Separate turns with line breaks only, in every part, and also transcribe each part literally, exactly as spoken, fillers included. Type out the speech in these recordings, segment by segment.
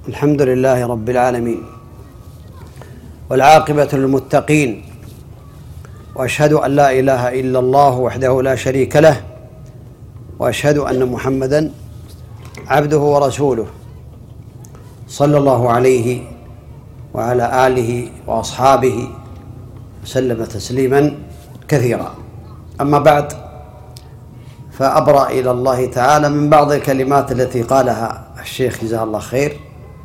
الحمد لله رب العالمين، والعاقبة للمتقين، وأشهد أن لا إله إلا الله وحده لا شريك له، وأشهد أن محمدًا عبده ورسوله صلى الله عليه وعلى آله وأصحابه وسلم تسليمًا كثيرا. أما بعد، فأبرأ إلى الله تعالى من بعض الكلمات التي قالها الشيخ جزاه الله خير،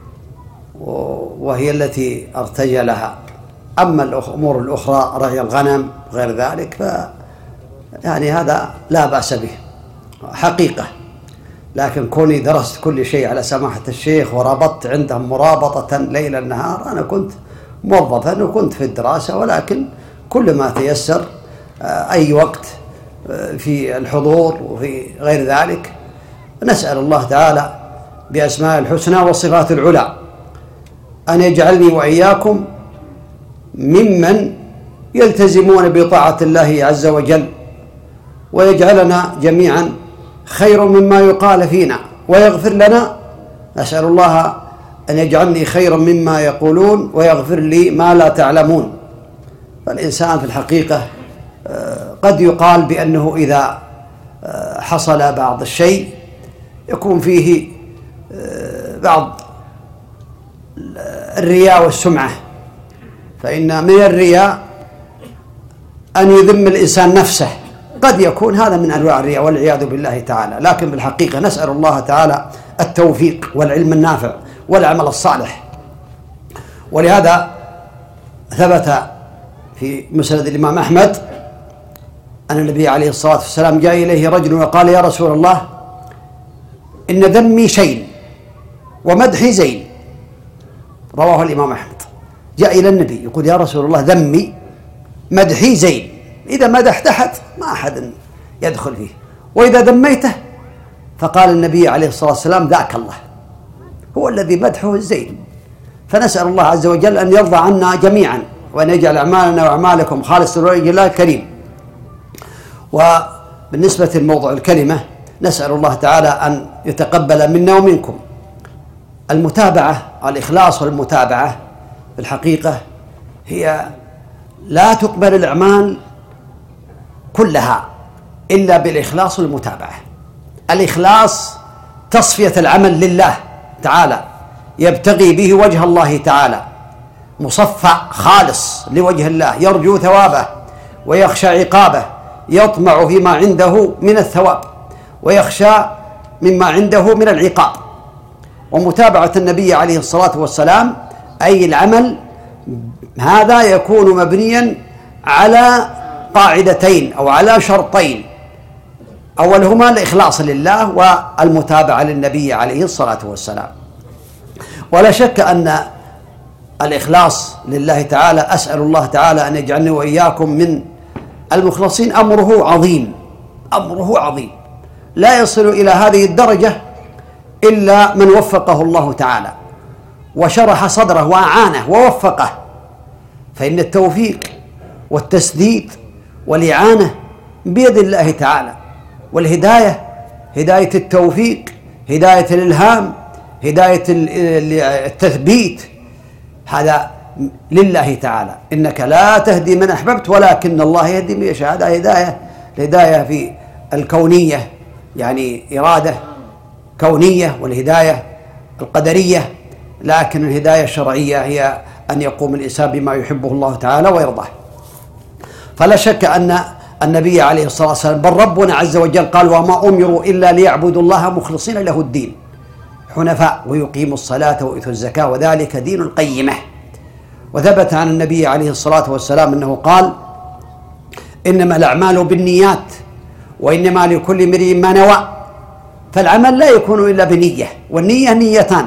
وهي التي ارتجلها. أما الأمور الأخرى رعي الغنم غير ذلك ف يعني هذا لا بأس به حقيقة، لكن كوني درست كل شيء على سماحة الشيخ وربطت عندهم مرابطة ليل النهار. أنا كنت موظفا وكنت في الدراسة، ولكن كل ما تيسر أي وقت في الحضور وفي غير ذلك. نسأل الله تعالى بأسماء الحسنى والصفات العلى أن يجعلني وإياكم ممن يلتزمون بطاعة الله عز وجل، ويجعلنا جميعا خير مما يقال فينا، ويغفر لنا. أسأل الله أن يجعلني خيرا مما يقولون ويغفر لي ما لا تعلمون. فالإنسان في الحقيقة قد يقال بأنه إذا حصل بعض الشيء يكون فيه بعض الرياء والسمعة، فإن من الرياء أن يذم الإنسان نفسه، قد يكون هذا من أنواع الرياء والعياذ بالله تعالى. لكن بالحقيقة نسأل الله تعالى التوفيق والعلم النافع والعمل الصالح. ولهذا ثبت في مسند الإمام أحمد أن النبي عليه الصلاة والسلام جاء إليه رجل وقال: يا رسول الله، إن ذمي شين ومدحي زين. رواه الإمام أحمد. جاء إلى النبي يقول: يا رسول الله، ذمي مدحي زين، إذا مدحت أحد ما أحد يدخل فيه، وإذا ذميته فقال النبي عليه الصلاة والسلام: ذاك الله هو الذي مدحه الزين. فنسأل الله عز وجل أن يرضى عنا جميعا، وأن يجعل أعمالنا وأعمالكم خالصة لوجه الله الكريم. وبالنسبة لموضوع الكلمة، نسأل الله تعالى أن يتقبل منا ومنكم. المتابعة، الإخلاص والمتابعة في الحقيقة هي لا تقبل الأعمال كلها إلا بالإخلاص والمتابعة. الإخلاص تصفية العمل لله تعالى، يبتغي به وجه الله تعالى، مصفى خالص لوجه الله، يرجو ثوابه ويخشى عقابه، يطمع فيما عنده من الثواب ويخشى مما عنده من العقاب. ومتابعة النبي عليه الصلاة والسلام أي العمل هذا يكون مبنيا على قاعدتين أو على شرطين: أولهما الإخلاص لله، والمتابعة للنبي عليه الصلاة والسلام. ولا شك أن الإخلاص لله تعالى، أسأل الله تعالى أن يجعلني وإياكم من المخلصين، أمره عظيم، أمره عظيم، لا يصل إلى هذه الدرجة إلا من وفقه الله تعالى وشرح صدره وأعانه ووفقه. فإن التوفيق والتسديد والإعانة بيد الله تعالى، والهداية، هداية التوفيق، هداية الإلهام، هداية التثبيت، هذا لله تعالى. إنك لا تهدي من أحببت ولكن الله يهدي من يشاء. هذا هداية، الهداية في الكونية يعني إرادة كونية، والهداية القدرية. لكن الهداية الشرعية هي أن يقوم الإنسان بما يحبه الله تعالى ويرضاه. فلا شك أن النبي عليه الصلاة والسلام، بل ربنا عز وجل قال: وما أمروا إلا ليعبدوا الله مخلصين له الدين حنفاء ويقيموا الصلاة ويؤتوا الزكاة وذلك دين القيمة. وثبت عن النبي عليه الصلاة والسلام أنه قال: إنما الأعمال بالنيات وإنما لكل امرئ ما نوى. فالعمل لا يكون إلا بنية، والنية نيتان: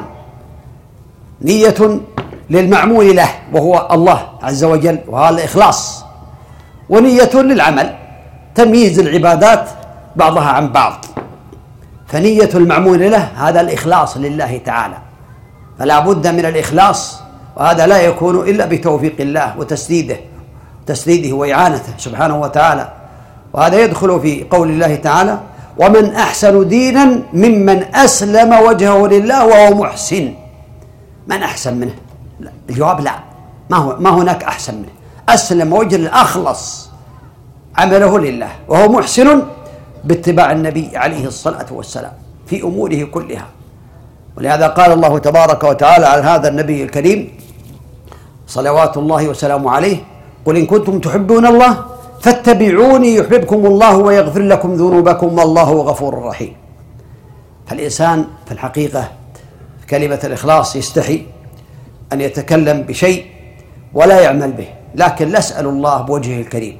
نية للمعمول له وهو الله عز وجل وهذا الإخلاص، ونية للعمل تمييز العبادات بعضها عن بعض. فنية المعمول له هذا الإخلاص لله تعالى، فلا بد من الإخلاص، وهذا لا يكون إلا بتوفيق الله وتسديده تسديده وإعانته سبحانه وتعالى. وهذا يدخل في قول الله تعالى: ومن أحسن دينا ممن أسلم وجهه لله وهو محسن. من أحسن منه؟ لا. الجواب لا، ما هو ما هناك أحسن منه. أسلم وجه أخلص عمله لله وهو محسن باتباع النبي عليه الصلاة والسلام في أموره كلها. ولهذا قال الله تبارك وتعالى عن هذا النبي الكريم صلوات الله وسلامه عليه: قل إن كنتم تحبون الله فاتبعوني يحببكم الله ويغفر لكم ذنوبكم والله غفور رحيم. فالإنسان في الحقيقة في كلمة الإخلاص يستحي أن يتكلم بشيء ولا يعمل به، لكن نسأل الله بوجهه الكريم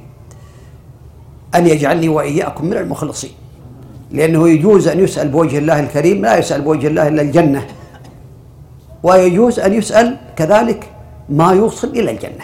أن يجعلني وإياكم من المخلصين، لأنه يجوز أن يسأل بوجه الله الكريم، لا يسأل بوجه الله إلا الجنة، ويجوز أن يسأل كذلك ما يوصل إلى الجنة.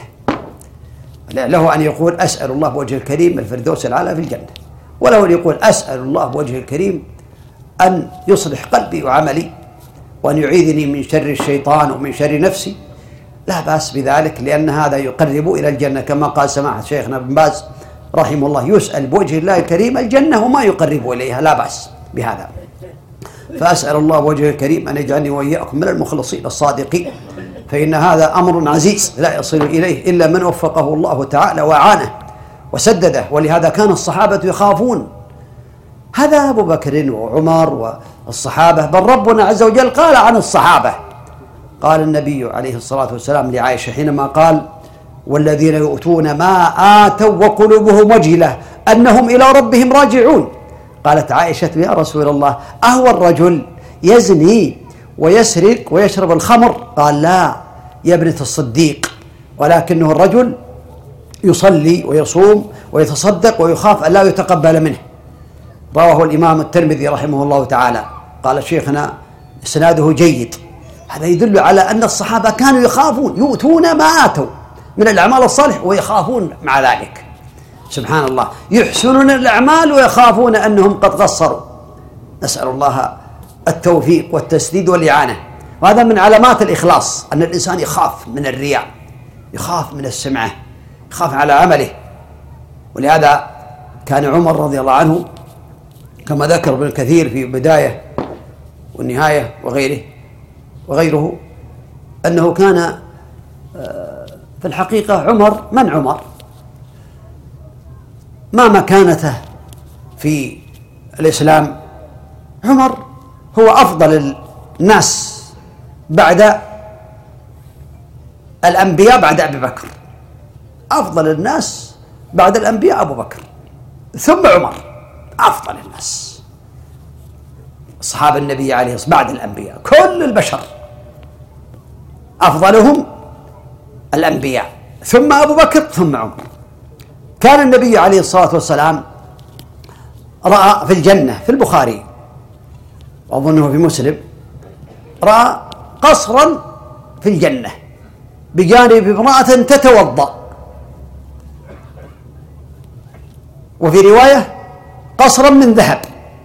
له أن يقول أسأل الله بوجه الكريم الفردوس الأعلى في الجنة، وله أن يقول أسأل الله بوجه الكريم أن يصلح قلبي وعملي وأن يعيذني من شر الشيطان ومن شر نفسي، لا بأس بذلك، لأن هذا يقرب إلى الجنة كما قال سماحة شيخنا ابن باز رحمه الله: يسأل بوجه الله الكريم الجنة وما يقرب إليها، لا بأس بهذا. فأسأل الله بوجه الكريم أن يجعلني وإياكم من المخلصين الصادقين، فإن هذا أمر عزيز لا يصل إليه إلا من وفقه الله تعالى وعانه وسدده. ولهذا كان الصحابة يخافون، هذا أبو بكر وعمر والصحابة، بل ربنا عز وجل قال عن الصحابة، قال النبي عليه الصلاة والسلام لعائشة حينما قال: والذين يؤتون ما آتوا وقلوبهم وجلة أنهم إلى ربهم راجعون. قالت عائشة: يا رسول الله، أهو الرجل يزني ويسرق ويشرب الخمر؟ قال: لا يا ابنة الصديق، ولكنه الرجل يصلي ويصوم ويتصدق ويخاف أن لا يتقبل منه. رواه الإمام الترمذي رحمه الله تعالى. قال شيخنا إسناده جيد. هذا يدل على أن الصحابة كانوا يخافون، يؤتون ما آتوا من الأعمال الصالحة ويخافون مع ذلك. سبحان الله، يحسنون الأعمال ويخافون أنهم قد قصروا. نسأل الله التوفيق والتسديد والإعانة. وهذا من علامات الإخلاص، أن الإنسان يخاف من الرياء، يخاف من السمعة، يخاف على عمله. ولهذا كان عمر رضي الله عنه كما ذكر ابن كثير في بداية والنهاية وغيره وغيره أنه كان في الحقيقة عمر من عمر ما مكانته في الإسلام. عمر هو أفضل الناس بعد الأنبياء بعد أبي بكر، أفضل الناس بعد الأنبياء أبو بكر، ثم عمر أفضل الناس. أصحاب النبي عليه الصلاة والسلام بعد الأنبياء، كل البشر أفضلهم الأنبياء، ثم أبو بكر، ثم عمر. كان النبي عليه الصلاة والسلام رأى في الجنة في البخاري وأظنه في مسلم، رأى قصرا في الجنة بجانب امرأة تتوضأ، وفي رواية قصرا من ذهب.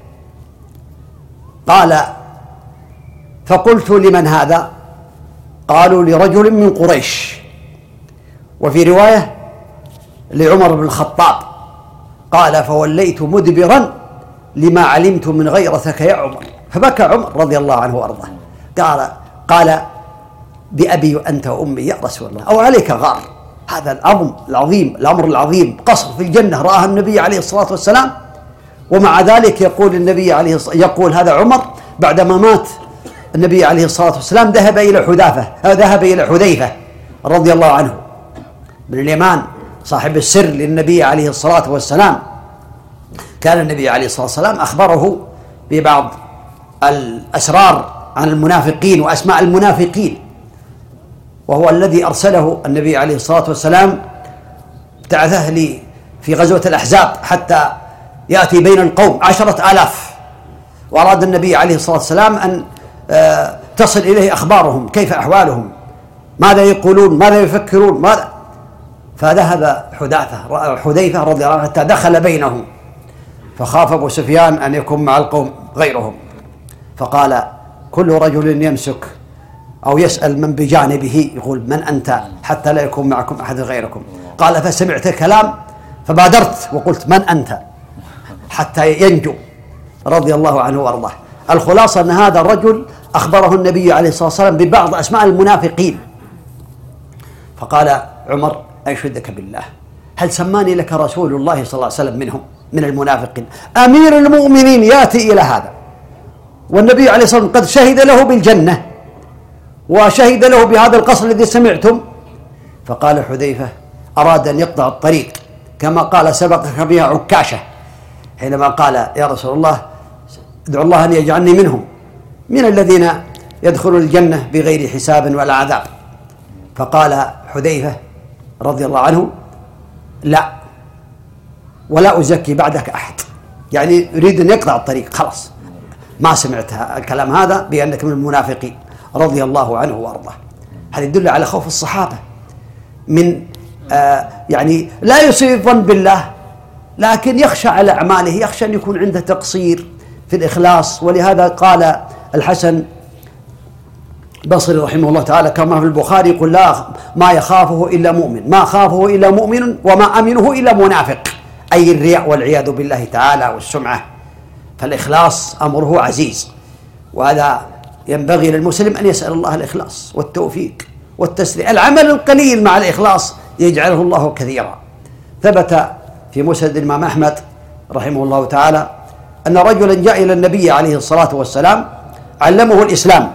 قال: فقلت لمن هذا؟ قالوا: لرجل من قريش. وفي رواية لعمر بن الخطاب. قال: فوليت مدبرا لما علمت من غيرتك يا عمر. فبكى عمر رضي الله عنه وارضاه. قال قال بأبي أنت وأمي يا رسول الله، أو عليك غار. هذا الأمر العظيم، الأمر العظيم، قصر في الجنة رآها النبي عليه الصلاة والسلام. ومع ذلك يقول النبي عليه الصلاة يقول هذا عمر بعدما مات النبي عليه الصلاة والسلام ذهب إلى حذافة ذهب إلى حذيفة رضي الله عنه بن اليمان صاحب السر للنبي عليه الصلاة والسلام. كان النبي عليه الصلاة والسلام أخبره ببعض الأسرار عن المنافقين وأسماء المنافقين، وهو الذي أرسله النبي عليه الصلاة والسلام ابتعثه لي في غزوة الأحزاب حتى يأتي بين القوم عشرة آلاف، وأراد النبي عليه الصلاة والسلام أن تصل إليه أخبارهم، كيف أحوالهم، ماذا يقولون، ماذا يفكرون، ماذا. فذهب حذافة حذيفة رضي الله عنه حتى دخل بينهم، فخاف أبو سفيان أن يكون مع القوم غيرهم، فقال: كل رجل يمسك أو يسأل من بجانبه يقول: من أنت؟ حتى لا يكون معكم أحد غيركم. قال: فسمعت الكلام فبادرت وقلت: من أنت؟ حتى ينجو رضي الله عنه وارضاه. الخلاصة أن هذا الرجل أخبره النبي عليه الصلاة والسلام ببعض أسماء المنافقين، فقال عمر: أنشدك بالله، هل سماني لك رسول الله صلى الله عليه وسلم منهم من المنافقين؟ أمير المؤمنين يأتي إلى هذا والنبي عليه الصلاة والسلام قد شهد له بالجنة وشهد له بهذا القصر الذي سمعتم. فقال حذيفة: أراد أن يقطع الطريق كما قال سبقك بها عكاشة حينما قال: يا رسول الله ادعو الله أن يجعلني منهم من الذين يدخلون الجنة بغير حساب ولا عذاب. فقال حذيفة رضي الله عنه: لا، ولا أزكي بعدك أحد، يعني يريد أن يقطع الطريق، خلاص ما سمعت الكلام هذا بأنك من المنافقين، رضي الله عنه وأرضاه. هذا يدل على خوف الصحابة من آه يعني لا يصيب الظن بالله، لكن يخشى على أعماله، يخشى أن يكون عنده تقصير في الإخلاص. ولهذا قال الحسن البصري رحمه الله تعالى كما في البخاري: يقول: لا ما يخافه إلا مؤمن، ما خافه إلا مؤمن، وما أمنه إلا منافق، أي الرياء والعياذ بالله تعالى والسمعة. فالإخلاص أمره عزيز، وهذا ينبغي للمسلم أن يسأل الله الإخلاص والتوفيق والتسليم. العمل القليل مع الإخلاص يجعله الله كثيرا. ثبت في مسند الإمام أحمد رحمه الله تعالى أن رجلا جاء إلى النبي عليه الصلاة والسلام علمه الإسلام،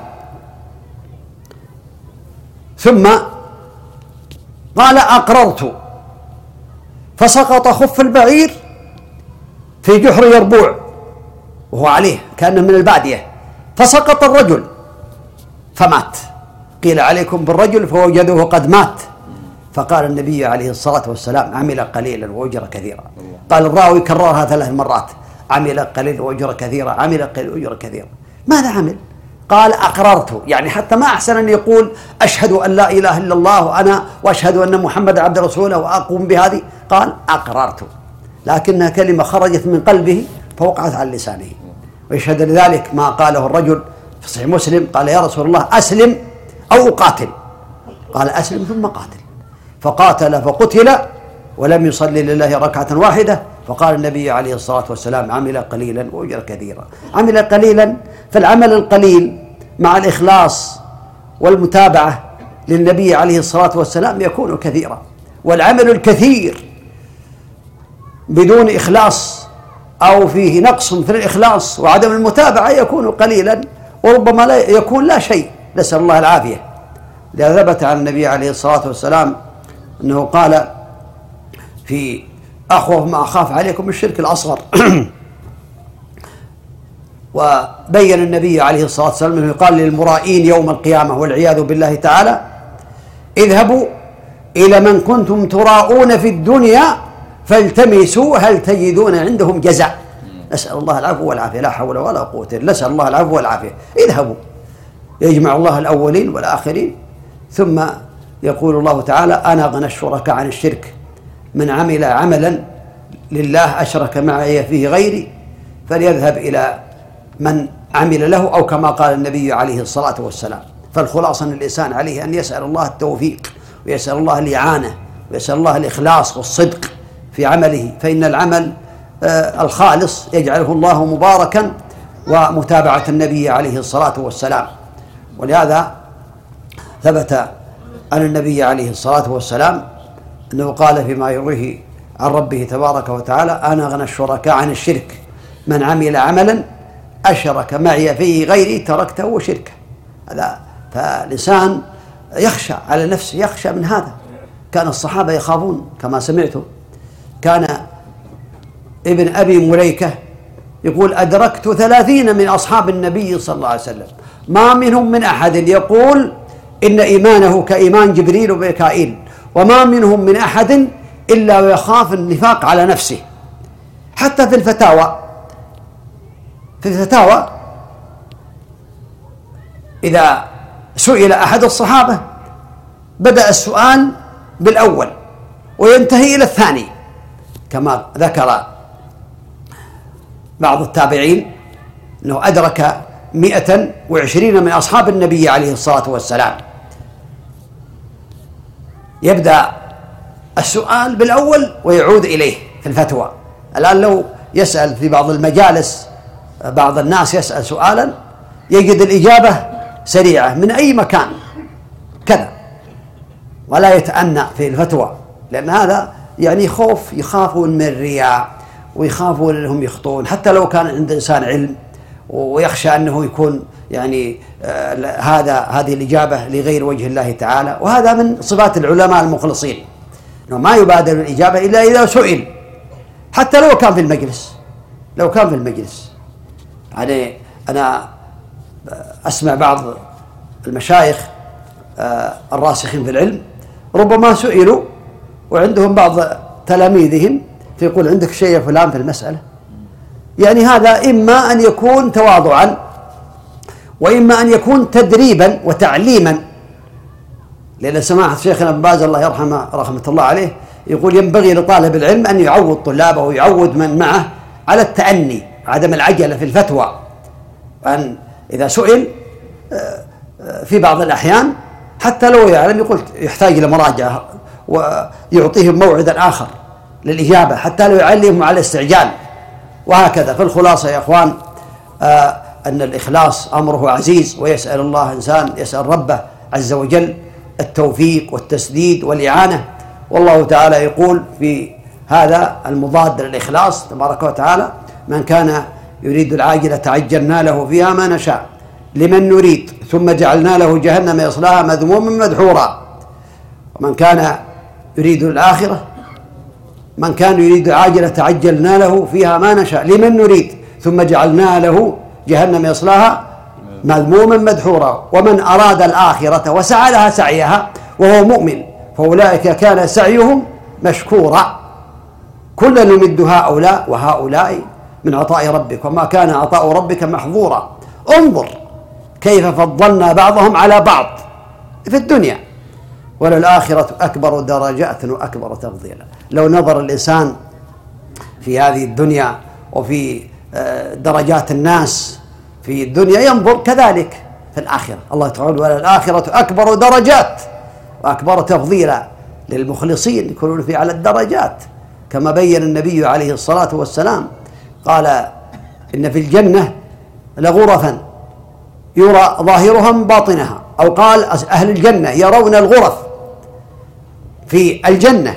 ثم قال: أقررت، فسقط خف البعير في جحر يربوع وهو عليه كأنه من البادية، فسقط الرجل فمات. قيل: عليكم بالرجل، فوجدوه قد مات. فقال النبي عليه الصلاة والسلام: عمل قليلا وأجر كثيرا. قال الراوي كررها ثلاث مرات: عمل قليلا وأجر كثيرا، عمل قليلا وأجر كثيرا. ماذا عمل؟ قال: أقررت، يعني حتى ما أحسن أن يقول أشهد أن لا إله إلا الله وأنا وأشهد أن محمد عبد رسوله وأقوم بهذه، قال: أقررت، لكنها كلمة خرجت من قلبه فوقعت على لسانه. ويشهد لذلك ما قاله الرجل في صحيح مسلم: قال: يا رسول الله أسلم أو أقاتل؟ قال: أسلم ثم قاتل. فقاتل فقتل ولم يصلي لله ركعة واحدة. فقال النبي عليه الصلاة والسلام: عمل قليلا وأجر كثيرا. عمل قليلا، فالعمل القليل مع الإخلاص والمتابعة للنبي عليه الصلاة والسلام يكون كثيرا، والعمل الكثير بدون إخلاص أو فيه نقص في الإخلاص وعدم المتابعة يكون قليلا، وربما لا يكون لا شيء، نسأل الله العافية. لذا ثبت عن النبي عليه الصلاة والسلام أنه قال في أخوف ما أخاف عليكم الشرك الأصغر وبين النبي عليه الصلاة والسلام أنه قال للمرائين يوم القيامة والعياذ بالله تعالى: اذهبوا إلى من كنتم تراؤون في الدنيا فالتمسوا هل تجدون عندهم جزاء. نسأل الله العفو والعافية، لا حول ولا قوة إلا نسأل الله العفو والعافية. اذهبوا، يجمع الله الأولين والآخرين، ثم يقول الله تعالى: أنا أغنى الشركاء عن الشرك، من عمل عملا لله أشرك معي فيه غيري فليذهب إلى من عمل له، أو كما قال النبي عليه الصلاة والسلام. فالخلاصة أن الإنسان عليه أن يسأل الله التوفيق ويسأل الله الإعانة ويسأل الله الإخلاص والصدق في عمله، فإن العمل آه الخالص يجعله الله مباركا، ومتابعة النبي عليه الصلاة والسلام. ولهذا ثبت عن النبي عليه الصلاة والسلام أنه قال فيما يرويه عن ربه تبارك وتعالى: أنا أغنى الشركاء عن الشرك، من عمل عملا أشرك معي فيه غيري تركته وشركه. هذا فالإنسان يخشى على نفسه، يخشى من هذا. كان الصحابة يخافون كما سمعتم. كان ابن أبي مليكة يقول: أدركت ثلاثين من أصحاب النبي صلى الله عليه وسلم ما منهم من أحد يقول إن إيمانه كإيمان جبريل وميكائيل، وما منهم من أحد إلا ويخاف النفاق على نفسه. حتى في الفتاوى في الفتاوى إذا سئل أحد الصحابة بدأ السؤال بالأول وينتهي إلى الثاني، كما ذكر بعض التابعين أنه أدرك مئة وعشرين من أصحاب النبي عليه الصلاة والسلام. يبدأ السؤال بالأول ويعود إليه في الفتوى. الآن لو يسأل في بعض المجالس بعض الناس يسأل سؤالا يجد الإجابة سريعة من أي مكان كذا، ولا يتأنى في الفتوى، لأن هذا يعني خوف، يخافون من الرياء ويخافون أنهم يخطئون، حتى لو كان عند إنسان علم ويخشى أنه يكون يعني آه هذا هذه الإجابة لغير وجه الله تعالى. وهذا من صفات العلماء المخلصين، أنه ما يبادر الإجابة إلا إذا سئل، حتى لو كان في المجلس لو كان في المجلس يعني أنا أسمع بعض المشايخ آه الراسخين في العلم ربما سئلوا وعندهم بعض تلاميذهم فيقول عندك شيء فلان في المسألة، يعني هذا إما أن يكون تواضعا وإما أن يكون تدريبا وتعليما، لأن سماحة شيخنا ابن باز الله يرحمه رحمة الله عليه يقول ينبغي لطالب العلم أن يعود طلابه ويعود من معه على التأني، عدم العجلة في الفتوى، أن إذا سئل في بعض الأحيان حتى لو يعلم يقول يحتاج إلى مراجعة ويعطيهم موعدا آخر للإجابة حتى لو يعلمهم على استعجال، وهكذا. فالخلاصة يا أخوان آه أن الإخلاص أمره عزيز، ويسأل الله إنسان يسأل ربه عز وجل التوفيق والتسديد والإعانة. والله تعالى يقول في هذا المضاد للإخلاص تبارك وتعالى: من كان يريد العاجلة عجلنا له فيها ما نشاء لمن نريد ثم جعلنا له جهنم يصلاها مذموما مدحورا. ومن كان يريد الآخرة من كان يريد العاجلة عجلنا له فيها ما نشاء لمن نريد ثم جعلنا له جهنم يصلاها مذموما مدحورا. ومن أراد الآخرة وسعى لها سعيها وهو مؤمن فأولئك كان سعيهم مشكورا. كلا نمد هؤلاء وهؤلاء من عطاء ربك وما كان عطاء ربك محظورا. انظر كيف فضلنا بعضهم على بعض في الدنيا، وللآخرة أكبر درجات وأكبر تفضيلا. لو نظر الإنسان في هذه الدنيا وفي درجات الناس في الدنيا ينظر كذلك في الآخرة. الله تعالى: وللآخرة أكبر درجات وأكبر تفضيلا للمخلصين، يكونون في على الدرجات، كما بين النبي عليه الصلاة والسلام قال: إن في الجنة لغرفا يرى ظاهرها من باطنها، أو قال أهل الجنة يرون الغرف في الجنة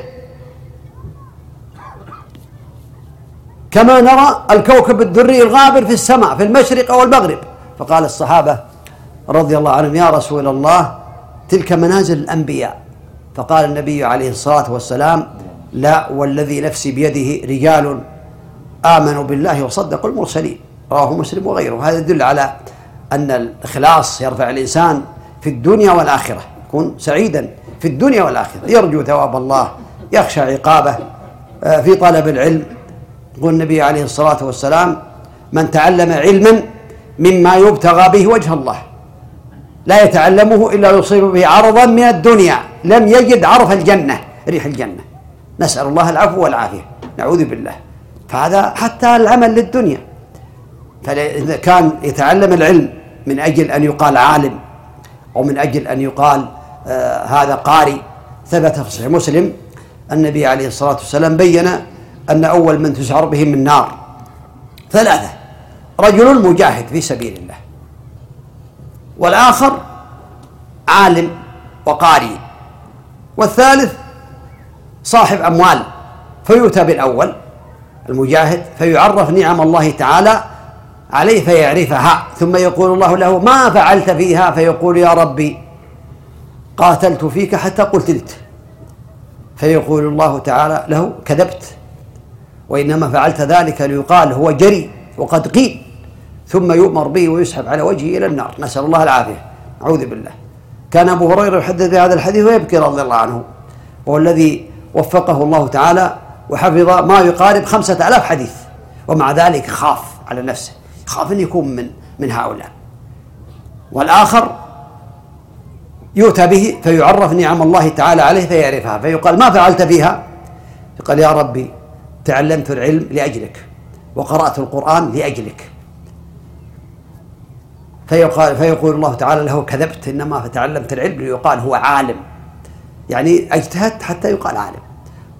كما نرى الكوكب الدري الغابر في السماء في المشرق أو المغرب. فقال الصحابة رضي الله عنهم: يا رسول الله تلك منازل الأنبياء. فقال النبي عليه الصلاة والسلام: لا والذي نفسي بيده رجال آمنوا بالله وصدقوا المرسلين. رواه مسلم وغيره. هذا يدل على أن الإخلاص يرفع الإنسان في الدنيا والآخرة، يكون سعيدا في الدنيا والآخرة، يرجو ثواب الله، يخشى عقابه. في طلب العلم يقول النبي عليه الصلاة والسلام: من تعلم علما مما يبتغى به وجه الله لا يتعلمه إلا يصيب به عرضا من الدنيا لم يجد عرف الجنة ريح الجنة. نسأل الله العفو والعافية، نعوذ بالله. فهذا حتى العمل للدنيا، فإذا كان يتعلم العلم من أجل أن يقال عالم أو من أجل أن يقال آه هذا قارئ، ثبت في صحيح مسلم النبي عليه الصلاة والسلام بين أن أول من تسعر بهم النار ثلاثة: رجل مجاهد في سبيل الله، والآخر عالم وقارئ، والثالث صاحب أموال. فيؤتى بالأول المجاهد فيعرف نعم الله تعالى عليه فيعرفها، ثم يقول الله له: ما فعلت فيها؟ فيقول: يا ربي قاتلت فيك حتى قتلت. فيقول الله تعالى له: كذبت، وإنما فعلت ذلك ليقال هو جري وقد قيل، ثم يؤمر به ويسحب على وجهه إلى النار. نسأل الله العافية، نعوذ بالله. كان أبو هريرة يحدث بهذا الحديث ويبكي رضي الله عنه، وهو الذي وفقه الله تعالى وحفظ ما يقارب خمسة آلاف حديث، ومع ذلك خاف على نفسه، خاف أن يكون من من هؤلاء. والآخر يؤتى به فيعرف نعم الله تعالى عليه فيعرفها، فيقال: ما فعلت فيها؟ فقال: يا ربي تعلمت العلم لأجلك وقرأت القرآن لأجلك. فيقال فيقول الله تعالى له: كذبت، إنما تعلمت العلم ليقال هو عالم، يعني اجتهدت حتى يقال عالم،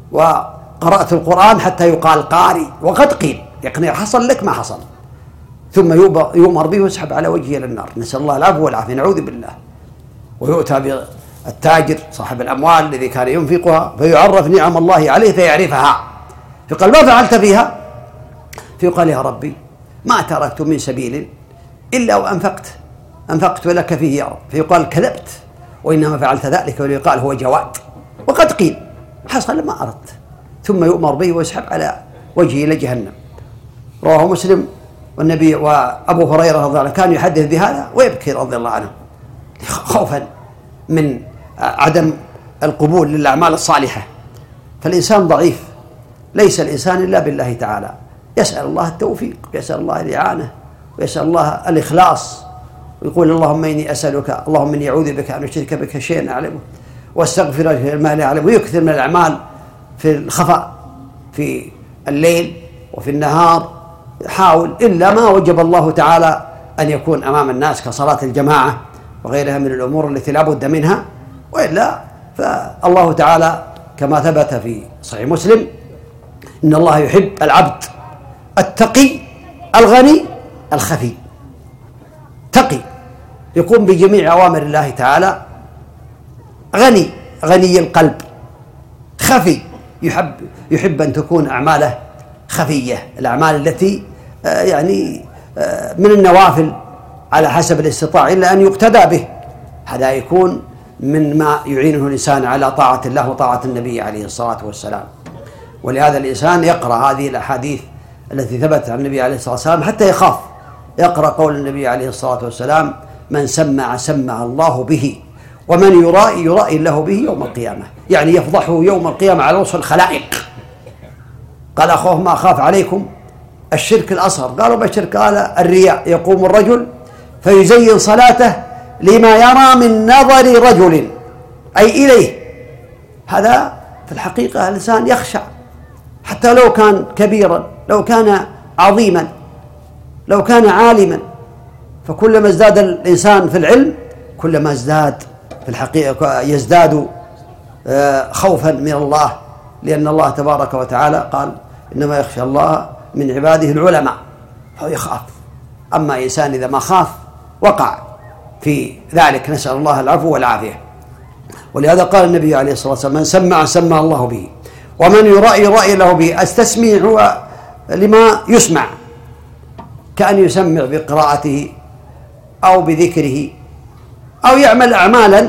وقرأت القرآن حتى يقال قارئ، وقد قيل، يعني حصل لك ما حصل. ثم يؤمر به ويسحب على وجهه إلى النار، نسأل الله العفو والعافية، نعوذ بالله. ويؤتى بالتاجر صاحب الأموال الذي كان ينفقها فيعرف نعم الله عليه فيعرفها، فقال ما فعلت فيها؟ فيقال يا ربي ما تركت من سبيل إلا وأنفقت أنفقت لك فيه يا رب، فيقال كذبت وإنما فعلت ذلك، ويقال هو جواد وقد قيل حصل ما أردت، ثم يؤمر به ويسحب على وجهه إلى جهنم. رواه مسلم. والنبي وأبو هريرة رضي الله عنه كان يحدث بهذا ويبكي رضي الله عنه خوفا من عدم القبول للأعمال الصالحة. فالإنسان ضعيف، ليس الإنسان إلا بالله تعالى، يسأل الله التوفيق، يسأل الله الإعانة، ويسأل الله الإخلاص، ويقول اللهم إني أسألك، اللهم إني أعوذ بك أن أشرك بك شيئا أعلمه واستغفر لك ما لا أعلمه، ويكثر من الأعمال في الخفاء في الليل وفي النهار، يحاول إلا ما وجب الله تعالى أن يكون أمام الناس كصلاة الجماعة وغيرها من الأمور التي لا بد منها، وإلا فالله تعالى كما ثبت في صحيح مسلم إن الله يحب العبد التقي الغني الخفي. تقي يقوم بجميع أوامر الله تعالى، غني غني القلب، خفي يحب يحب أن تكون أعماله خفية، الأعمال التي يعني من النوافل على حسب الاستطاعة إلا أن يقتدى به، هذا يكون من ما يعينه الإنسان على طاعة الله وطاعة النبي عليه الصلاة والسلام. ولهذا الإنسان يقرأ هذه الأحاديث التي ثبتت عن النبي عليه الصلاة والسلام حتى يخاف، يقرأ قول النبي عليه الصلاة والسلام من سمع سمع الله به ومن يرائي يرائي الله به يوم القيامة، يعني يفضحه يوم القيامة على وصف الخلائق. قال أخوه ما أخاف عليكم الشرك الأصغر، قالوا ما الشرك؟ قال الرياء، يقوم الرجل فيزين صلاته لما يرى من نظر رجل أي إليه. هذا في الحقيقة الإنسان يخشع حتى لو كان كبيرا، لو كان عظيما، لو كان عالما، فكلما ازداد الإنسان في العلم كلما ازداد في الحقيقة يزداد خوفا من الله، لأن الله تبارك وتعالى قال إنما يخشى الله من عباده العلماء، فهو يخاف. أما إنسان إذا ما خاف وقع في ذلك، نسأل الله العفو والعافية. ولهذا قال النبي عليه الصلاة والسلام من سمع سمع الله به ومن يرائي يرائي له به. استسمع هو لما يسمع، كأن يسمع بقراءته أو بذكره أو يعمل أعمالا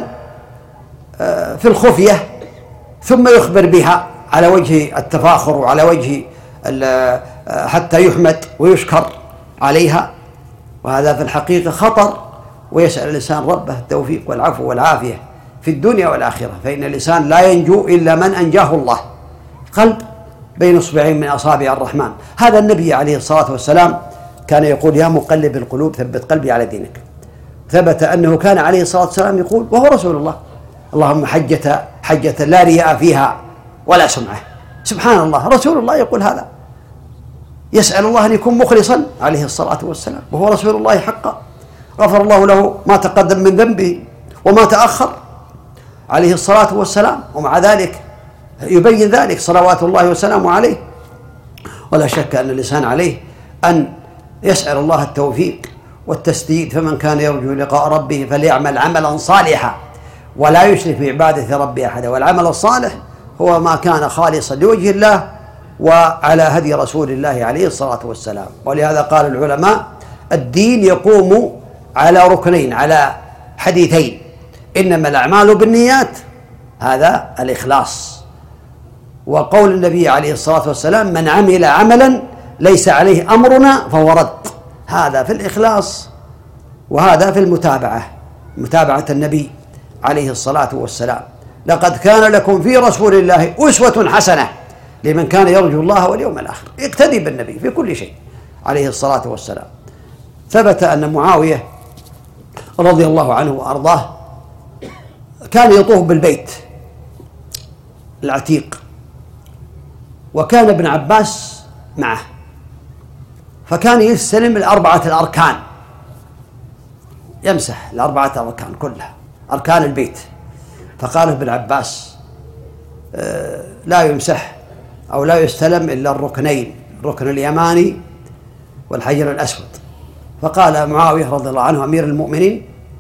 في الخفية ثم يخبر بها على وجه التفاخر وعلى وجه حتى يحمد ويشكر عليها، وهذا في الحقيقة خطر. ويسأل الإنسان ربه التوفيق والعفو والعافية في الدنيا والآخرة، فإن الإنسان لا ينجو إلا من أنجاه الله. قلب بين إصبعين من أصابع الرحمن، هذا النبي عليه الصلاة والسلام كان يقول يا مقلب القلوب ثبت قلبي على دينك. ثبت أنه كان عليه الصلاة والسلام يقول وهو رسول الله اللهم حجة حجة لا رياء فيها ولا سمعة. سبحان الله، رسول الله يقول هذا، يسأل الله أن يكون مخلصا عليه الصلاة والسلام وهو رسول الله حقا. غفر الله له ما تقدم من ذنبه وما تأخر عليه الصلاة والسلام، ومع ذلك يبين ذلك صلوات الله وسلامه عليه. ولا شك أن الإنسان عليه أن يسأل الله التوفيق والتسديد، فمن كان يرجو لقاء ربه فليعمل عملا صالحا ولا يشرك بعبادة ربه أحدا. والعمل الصالح هو ما كان خالصا لوجه الله وعلى هدي رسول الله عليه الصلاة والسلام. ولهذا قال العلماء الدين يقوم على ركنين، على حديثين: إنما الأعمال بالنيات، هذا الإخلاص، وقول النبي عليه الصلاة والسلام من عمل عملا ليس عليه أمرنا فهو رد، هذا في الإخلاص، وهذا في المتابعة، متابعة النبي عليه الصلاة والسلام. لقد كان لكم في رسول الله أسوة حسنة لمن كان يرجو الله واليوم الآخر، يقتدي بالنبي في كل شيء عليه الصلاة والسلام. ثبت أن معاوية رضي الله عنه وأرضاه كان يطوف بالبيت العتيق، وكان ابن عباس معه، فكان يستلم الأربعة الأركان، يمسح الأربعة الأركان كلها، أركان البيت. فقال ابن عباس لا يمسح أو لا يستلم إلا الركنين، الركن اليماني والحجر الأسود، فقال معاوية رضي الله عنه أمير المؤمنين: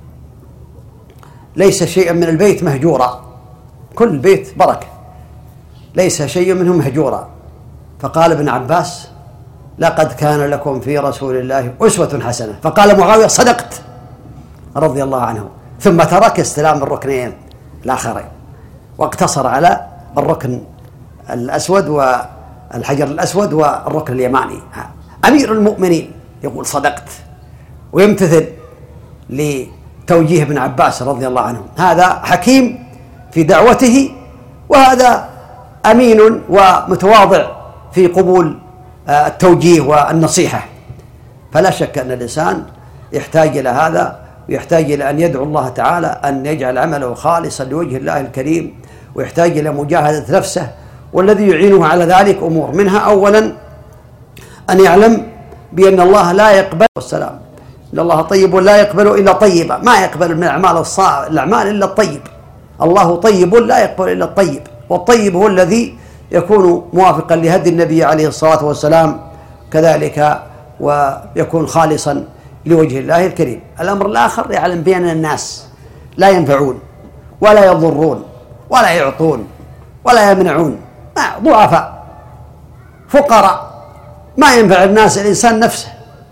ليس شيء من البيت مهجورا، كل البيت بركة، ليس شيء منه مهجورا. فقال ابن عباس: لقد كان لكم في رسول الله أسوة حسنة. فقال معاوية: صدقت رضي الله عنه. ثم ترك استلام الركنين الآخرين واقتصر على الركن الأسود والحجر الأسود والركن اليماني. أمير المؤمنين يقول صدقت ويمتثل لتوجيه ابن عباس رضي الله عنه. هذا حكيم في دعوته، وهذا أمين ومتواضع في قبول التوجيه والنصيحة. فلا شك أن الإنسان يحتاج إلى هذا، ويحتاج إلى أن يدعو الله تعالى أن يجعل عمله خالصا لوجه الله الكريم، ويحتاج إلى مجاهدة نفسه. والذي يعينه على ذلك أمور، منها أولا أن يعلم بأن الله لا يقبل والسلام إن الله طيب لا يقبل إلا طيبا، ما يقبل من الأعمال الأعمال إلا الطيب. الله طيب لا يقبل إلا الطيب، والطيب هو الذي يكون موافقا لهدي النبي عليه الصلاة والسلام كذلك، ويكون خالصا لوجه الله الكريم. الأمر الآخر يعلم بأن الناس لا ينفعون ولا يضرون ولا يعطون ولا يمنعون، ضعفاء فقراء، ما ينفع الناس الإنسان نفسه.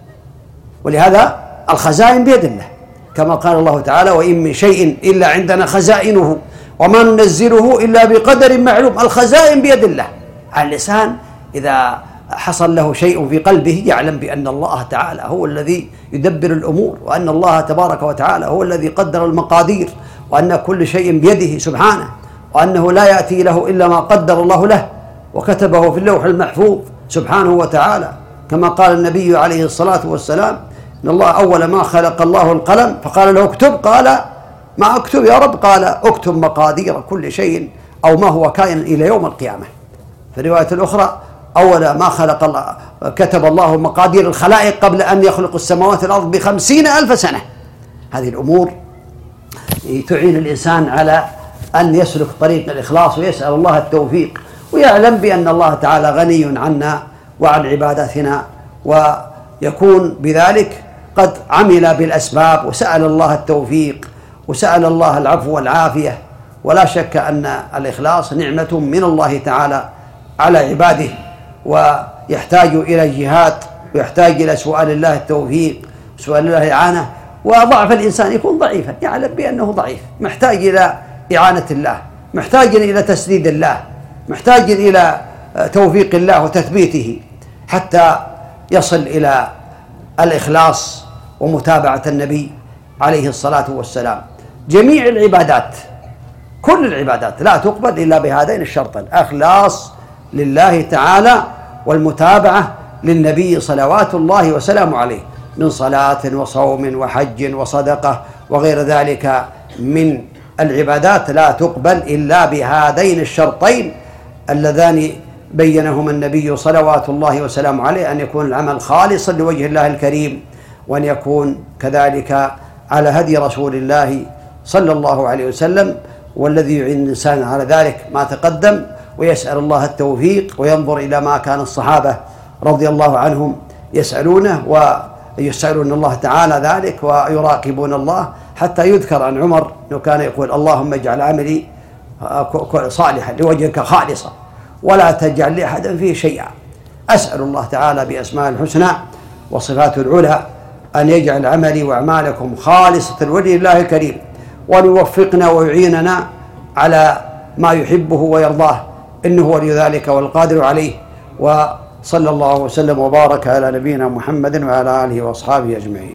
ولهذا الخزائن بيد الله، كما قال الله تعالى: وإن من شيء إلا عندنا خزائنه وما ننزله إلا بقدر معلوم. الخزائن بيد الله. الإنسان إذا حصل له شيء في قلبه يعلم بأن الله تعالى هو الذي يدبر الأمور، وأن الله تبارك وتعالى هو الذي قدر المقادير، وأن كل شيء بيده سبحانه، وأنه لا يأتي له إلا ما قدر الله له وكتبه في اللوح المحفوظ سبحانه وتعالى. كما قال النبي عليه الصلاة والسلام: إن الله أول ما خلق الله القلم فقال له اكتب، قال: ما أكتب يا رب؟ قال: اكتب مقادير كل شيء أو ما هو كائن إلى يوم القيامة. في الرواية الأخرى: أول ما خلق الله كتب الله مقادير الخلائق قبل أن يخلق السماوات والأرض بخمسين ألف سنة. هذه الأمور تعين الإنسان على أن يسلك طريق الإخلاص، ويسأل الله التوفيق، ويعلم بأن الله تعالى غني عنا وعن عباداتنا، ويكون بذلك قد عمل بالأسباب وسأل الله التوفيق وسأل الله العفو والعافية. ولا شك أن الإخلاص نعمة من الله تعالى على عباده، ويحتاج إلى جهاد، ويحتاج إلى سؤال الله التوفيق وسؤال الله الإعانة. وضعف الإنسان يكون ضعيفا، يعلم بأنه ضعيف، محتاج إلى إعانة الله، محتاج إلى تسديد الله، محتاج إلى توفيق الله وتثبيته حتى يصل إلى الإخلاص ومتابعة النبي عليه الصلاة والسلام. جميع العبادات، كل العبادات لا تقبل إلا بهذين الشرطين: الإخلاص لله تعالى، والمتابعة للنبي صلوات الله وسلامه عليه، من صلاة وصوم وحج وصدقة وغير ذلك من العبادات لا تقبل إلا بهذين الشرطين اللذان بينهما النبي صلوات الله وسلامه عليه: أن يكون العمل خالصا لوجه الله الكريم، وأن يكون كذلك على هدي رسول الله صلى الله عليه وسلم. والذي يعين الإنسان على ذلك ما تقدم، ويسأل الله التوفيق، وينظر إلى ما كان الصحابة رضي الله عنهم يسألونه، ويسألون الله تعالى ذلك، ويراقبون الله، حتى يذكر عن عمر أنه كان يقول: اللهم اجعل عملي صالحا لوجهك خالصا ولا تجعل لأحد فيه شيئا. أسأل الله تعالى بأسماء الحسنى وصفاته العلى أن يجعل عملي وأعمالكم خالصة لوجه الله الكريم، وأن يوفقنا ويعيننا على ما يحبه ويرضاه، إنه ولي ذلك والقادر عليه. وصلى الله وسلم وبارك على نبينا محمد وعلى آله وأصحابه أجمعين.